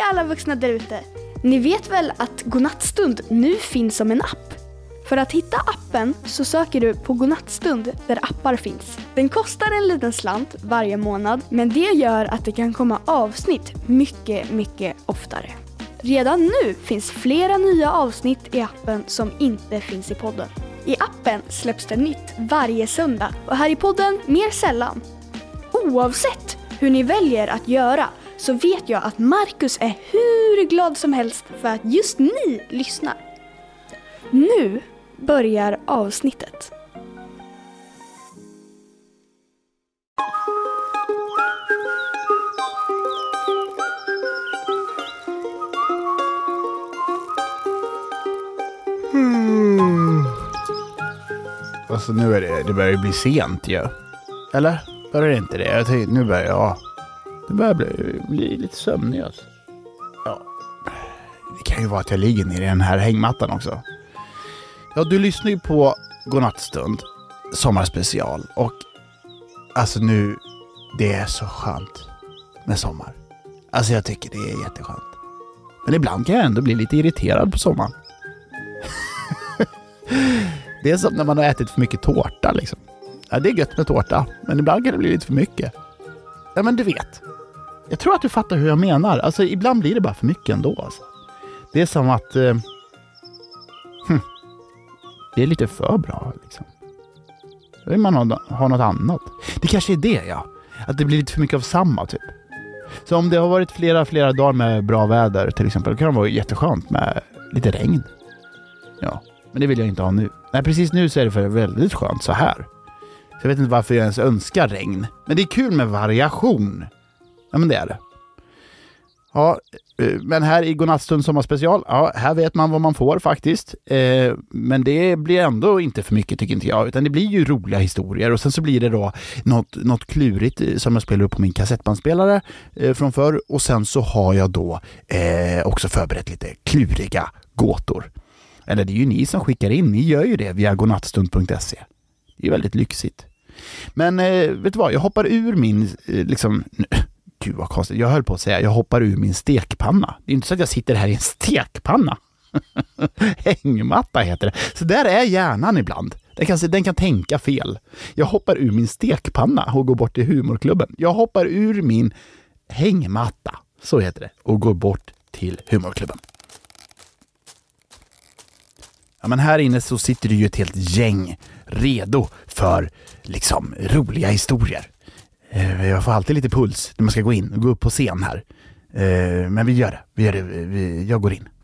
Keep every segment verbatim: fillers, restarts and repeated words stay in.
alla vuxna där ute. Ni vet väl att Godnattstund nu finns som en app? För att hitta appen så söker du på Godnattstund där appar finns. Den kostar en liten slant varje månad, men det gör att det kan komma avsnitt mycket, mycket oftare. Redan nu finns flera nya avsnitt i appen som inte finns i podden. I appen släpps det nytt varje söndag och här i podden mer sällan. Oavsett hur ni väljer att göra så vet jag att Marcus är hur glad som helst för att just ni lyssnar. Nu börjar avsnittet. Hmm. Alltså nu är det, det börjar bli sent ju. Eller? Börjar det inte det? Jag tänkte, nu börjar jag... Det börjar bli, bli lite sömnig alltså. Ja. Det kan ju vara att jag ligger ner i den här hängmattan också. Ja, du lyssnar ju på Godnattstund sommarspecial. Och alltså nu, det är så skönt med sommar. Alltså jag tycker det är jätteskönt. Men ibland kan jag ändå bli lite irriterad på sommaren. Det är som när man har ätit för mycket tårta liksom. Ja, det är gött med tårta, men ibland kan det bli lite för mycket. Ja, men du vet. Jag tror att du fattar hur jag menar. Alltså, ibland blir det bara för mycket ändå. Alltså. Det är som att... Eh, hm, det är lite för bra, liksom. Då vill man ha, ha något annat. Det kanske är det, ja. Att det blir lite för mycket av samma, typ. Så om det har varit flera, flera dagar med bra väder, till exempel, då kan det vara jätteskönt med lite regn. Ja, men det vill jag inte ha nu. Nej, precis nu så är det för väldigt skönt så här. Så jag vet inte varför jag ens önskar regn. Men det är kul med variation. Ja, men det är det. Ja, men här i Godnattstund sommarspecial, ja, här vet man vad man får faktiskt. Eh, men det blir ändå inte för mycket, tycker inte jag. Utan det blir ju roliga historier. Och sen så blir det då något, något klurigt som jag spelar upp på min kassettbandspelare eh, från förr. Och sen så har jag då eh, också förberett lite kluriga gåtor. Eller det är ju ni som skickar in. Ni gör ju det via godnattstund punkt se. Det är väldigt lyxigt. Men eh, vet du vad? Jag hoppar ur min... Eh, liksom... Gud vad konstigt. Jag höll på att säga jag hoppar ur min stekpanna. Det är inte så att jag sitter här i en stekpanna. Hängmatta heter det. Så där är hjärnan ibland. Den kan, den kan tänka fel. Jag hoppar ur min stekpanna och går bort till humorklubben. Jag hoppar ur min hängmatta. Så heter det. Och går bort till humorklubben. Ja, men här inne så sitter det ju ett helt gäng redo för liksom roliga historier. Jag får alltid lite puls när man ska gå in och gå upp på scen här. Men vi gör det. Vi gör det. Jag går in.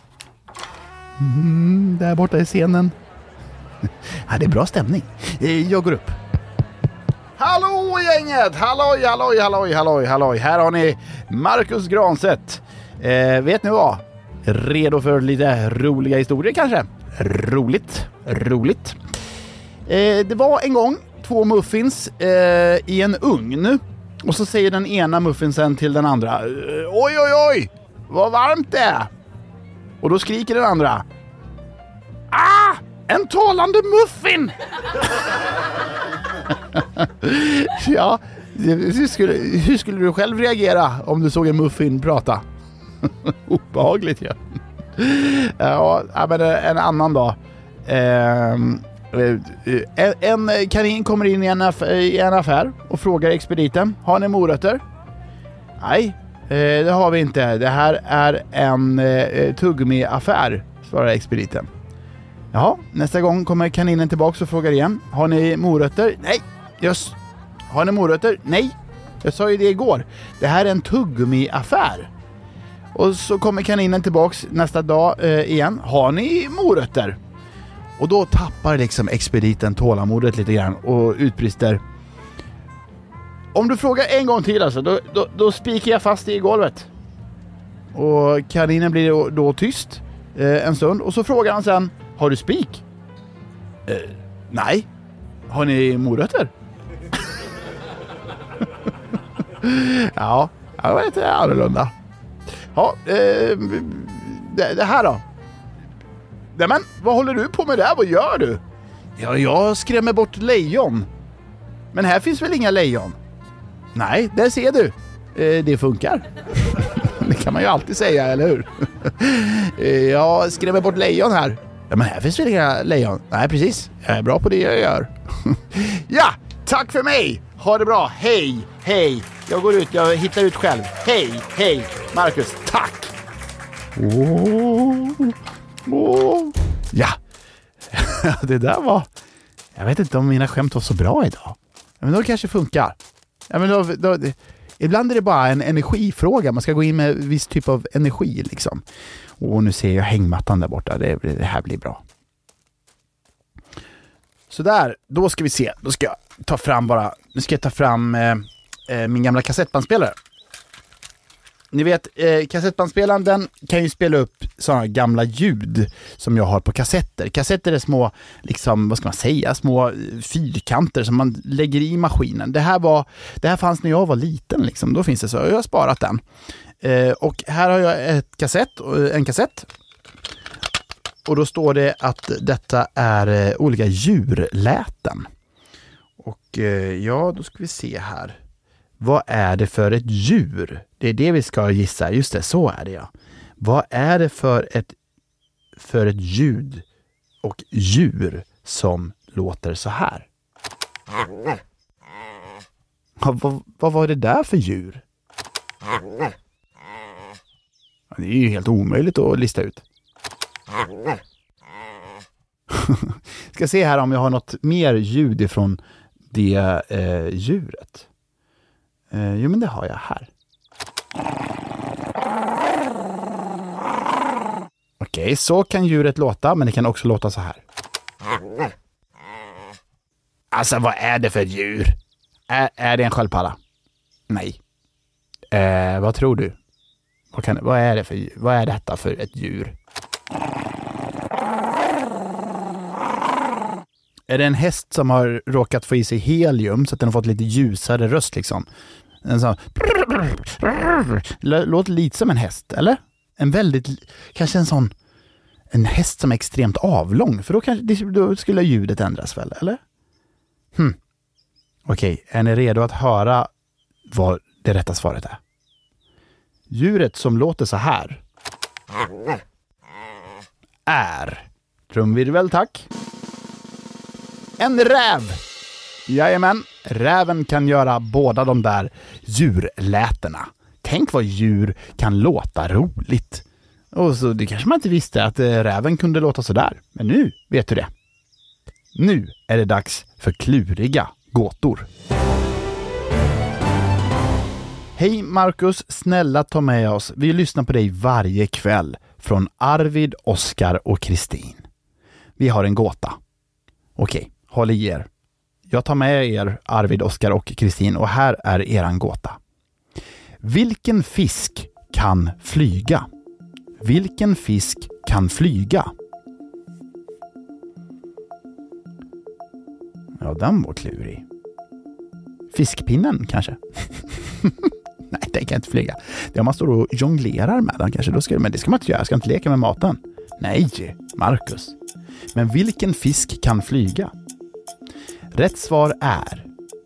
Mm, där borta är scenen. Ja, det är bra stämning. Jag går upp. Hallå gänget! Halloj, halloj, halloj, halloj, halloj. Här har ni Marcus Granstedt. Eh, vet ni vad? Redo för lite roliga historier kanske? Roligt, roligt. Eh, det var en gång två muffins eh, i en ugn. Och så säger den ena muffinsen till den andra: oj, oj, oj, vad varmt det är. Och då skriker den andra: ah, en talande muffin! Ja, hur skulle, hur skulle du själv reagera om du såg en muffin prata? Obehagligt, ja. Ja, men en annan dag. Ehm... En kanin kommer in i en, affär, i en affär och frågar expediten: har ni morötter? Nej, det har vi inte. Det här är en tuggummi-affär, svarar expediten. Ja, nästa gång kommer kaninen tillbaka och frågar igen: har ni morötter? Nej. Just. Har ni morötter? Nej. Jag sa ju det igår. Det här är en tuggummi-affär. Och så kommer kaninen tillbaka nästa dag eh, igen. Har ni morötter? Och då tappar liksom expediten tålamodet lite grann och utbrister: om du frågar en gång till alltså, då, då, då spikar jag fast i golvet. Och kaninen blir då, då tyst eh, en stund. Och så frågar han sen: har du spik? Eh, nej. Har ni morötter? Ja, det var lite annorlunda. Ja, eh, det, det här då. Nej, men vad håller du på med där? Vad gör du? Ja, jag skrämmer bort lejon. Men här finns väl inga lejon? Nej, där ser du. Eh, det funkar. Det kan man ju alltid säga, eller hur? Jag skrämmer bort lejon här. Ja, men här finns väl inga lejon? Nej, precis. Jag är bra på det jag gör. Ja, tack för mig. Ha det bra. Hej, hej. Jag går ut, jag hittar ut själv. Hej, hej. Marcus, tack. Åh, åh. Ja, det där var... Jag vet inte om mina skämt var så bra idag. Men då kanske funkar. Ja, men då, då, ibland är det bara en energifråga. Man ska gå in med viss typ av energi liksom. Och nu ser jag hängmattan där borta. Det, det här blir bra. Så där, då ska vi se. Då ska jag ta fram bara... Nu ska jag ta fram eh, eh, min gamla kassettbandspelare. Ni vet, eh, kassettbandspelaren, den kan ju spela upp sådana gamla ljud som jag har på kassetter. Kassetter är små, liksom, vad ska man säga, små fyrkanter som man lägger i maskinen. Det här, var, det här fanns när jag var liten, liksom. Då finns det så. Jag har sparat den. Eh, och här har jag ett kassett, en kassett. Och då står det att detta är eh, olika djurläten. Och eh, ja, då ska vi se här. Vad är det för ett djur? Det är det vi ska gissa. Just det, så är det ja. Vad är det för ett, för ett ljud och djur som låter så här? Ja, vad, vad var det där för djur? Ja, det är ju helt omöjligt att lista ut. Ska se här om jag har något mer ljud ifrån det eh, djuret. Eh, jo, men det har jag här. Okej, okay, så kan djuret låta, men det kan också låta så här. Alltså, vad är det för ett djur? Är, är det en sköldpadda? Nej. Eh, vad tror du? Vad, kan, vad, är det för, vad är detta för ett djur? Är det en häst som har råkat få i sig helium så att den har fått lite ljusare röst liksom? En sån... Låter lite som en häst, eller? En väldigt... Kanske en sån... En häst som är extremt avlång. För då, kanske, då skulle ljudet ändras väl, eller? Hmm. Okej, okay. Är ni redo att höra vad det rätta svaret är? Djuret som låter så här är... Trumvirvel, tack. En räv! Jajamän, räven kan göra båda de där djurlätena. Tänk vad djur kan låta roligt. Och så det kanske man inte visste att räven kunde låta så där. Men nu vet du det. Nu är det dags för kluriga gåtor. Hej Marcus, snälla ta med oss. Vi lyssnar på dig varje kväll. Från Arvid, Oskar och Kristin. Vi har en gåta. Okej, håll i er. Jag tar med er Arvid, Oskar och Kristin och här är eran gåta. Vilken fisk kan flyga? Vilken fisk kan flyga? Ja, den var klurig. Fiskpinnen kanske? Nej, den kan inte flyga. Det är om man står och jonglerar med den kanske. Då ska, men det ska man inte göra. Jag ska inte leka med maten. Nej, Marcus. Men vilken fisk kan flyga? Rätt svar är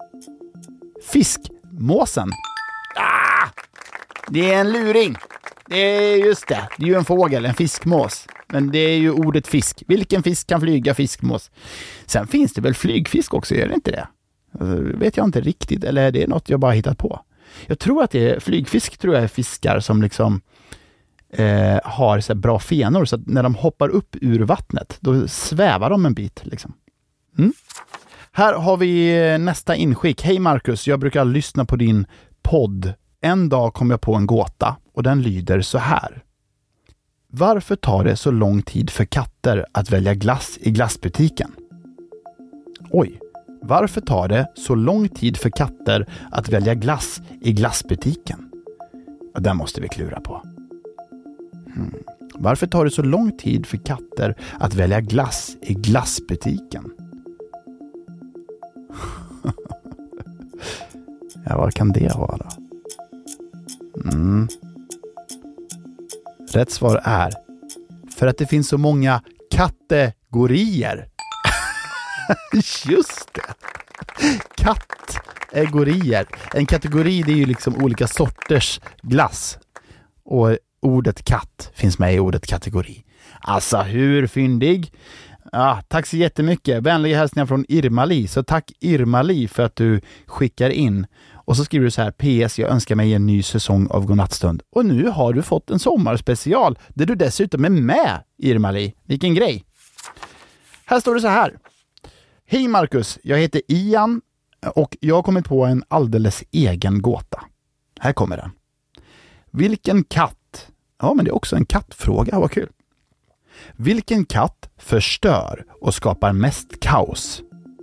fiskmåsen. Ah! Det är en luring. Det är just det. Det är ju en fågel, en fiskmås. Men det är ju ordet fisk. Vilken fisk kan flyga? Fiskmås. Sen finns det väl flygfisk också, är det inte det? Alltså, vet jag inte riktigt. Eller är det något jag bara hittat på? Jag tror att det är flygfisk, tror jag är fiskar som liksom eh, har så bra fenor. Så att när de hoppar upp ur vattnet, då svävar de en bit liksom. Mm. Här har vi nästa inskick. Hej Marcus, jag brukar lyssna på din podd. En dag kom jag på en gåta och den lyder så här. Varför tar det så lång tid för katter att välja glass i glassbutiken? Oj, varför tar det så lång tid för katter att välja glass i glassbutiken? Och den måste vi klura på. Hmm. Varför tar det så lång tid för katter att välja glass i glassbutiken? Ja, vad kan det vara? Mm. Rätt svar är för att det finns så många kategorier. Just det. Kategorier. En kategori, det är ju liksom olika sorters glass. Och ordet katt finns med i ordet kategori. Alltså hur fyndig? Ja, tack så jättemycket. Vänliga hälsningar från Irma-Li. Så tack Irma-Li för att du skickar in. Och så skriver du så här: P S, jag önskar mig en ny säsong av Godnattstund. Och nu har du fått en sommarspecial där du dessutom är med, Irma-Li. Vilken grej. Här står det så här: Hej Marcus, jag heter Ian och jag har kommit på en alldeles egen gåta. Här kommer den. Vilken katt, ja men det är också en kattfråga, vad kul. Vilken katt förstör och skapar mest kaos?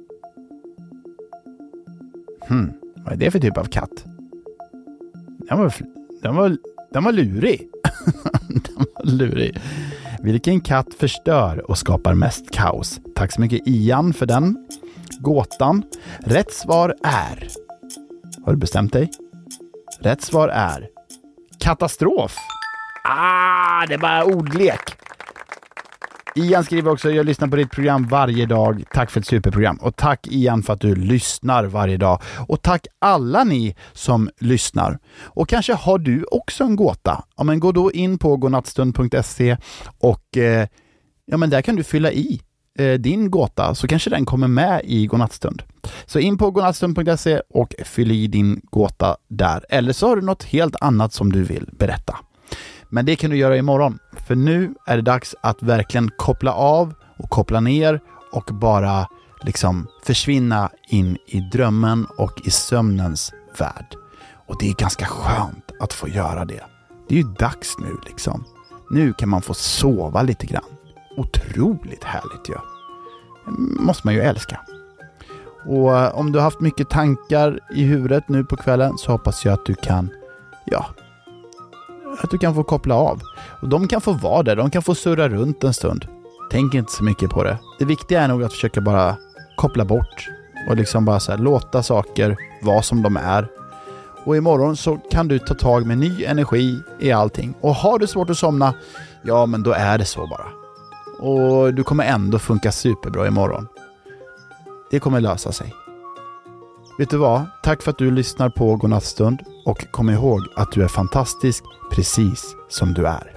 Hmm, vad är det för typ av katt? Den var, den var, den var lurig. Den var lurig. Vilken katt förstör och skapar mest kaos? Tack så mycket Ian för den gåtan. Rätt svar är... Har du bestämt dig? Rätt svar är... katastrof. Ah, det är bara ordlek. Ian skriver också: jag lyssnar på ditt program varje dag. Tack för ett superprogram. Och tack Ian för att du lyssnar varje dag. Och tack alla ni som lyssnar. Och kanske har du också en gåta. Ja, men gå då in på godnattstund punkt se och eh, ja, men där kan du fylla i eh, din gåta, så kanske den kommer med i Godnattstund. Så in på godnattstund punkt se och fyll i din gåta där. Eller så har du något helt annat som du vill berätta. Men det kan du göra imorgon. För nu är det dags att verkligen koppla av och koppla ner och bara liksom försvinna in i drömmen och i sömnens värld. Och det är ganska skönt att få göra det. Det är ju dags nu liksom. Nu kan man få sova lite grann. Otroligt härligt ju. Ja. Måste man ju älska. Och om du har haft mycket tankar i huvudet nu på kvällen så hoppas jag att du kan, ja, att du kan få koppla av. Och de kan få vara där, de kan få surra runt en stund. Tänk inte så mycket på det. Det viktiga är nog att försöka bara koppla bort och liksom bara så här, låta saker vara som de är. Och imorgon så kan du ta tag med ny energi i allting. Och har du svårt att somna, ja men då är det så bara. Och du kommer ändå funka superbra imorgon. Det kommer lösa sig. Vet du vad? Tack för att du lyssnar på Godnattstund och kom ihåg att du är fantastisk precis som du är.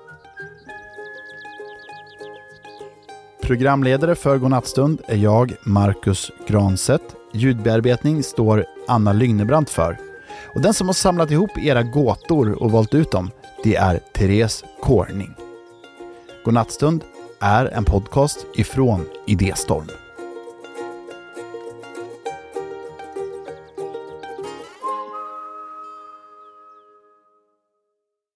Programledare för Godnattstund är jag, Marcus Granstedt. Ljudbearbetning står Anna Lygnebrant för. Och den som har samlat ihop era gåtor och valt ut dem, det är Therese Kårning. Godnattstund är en podcast ifrån Idéstorm.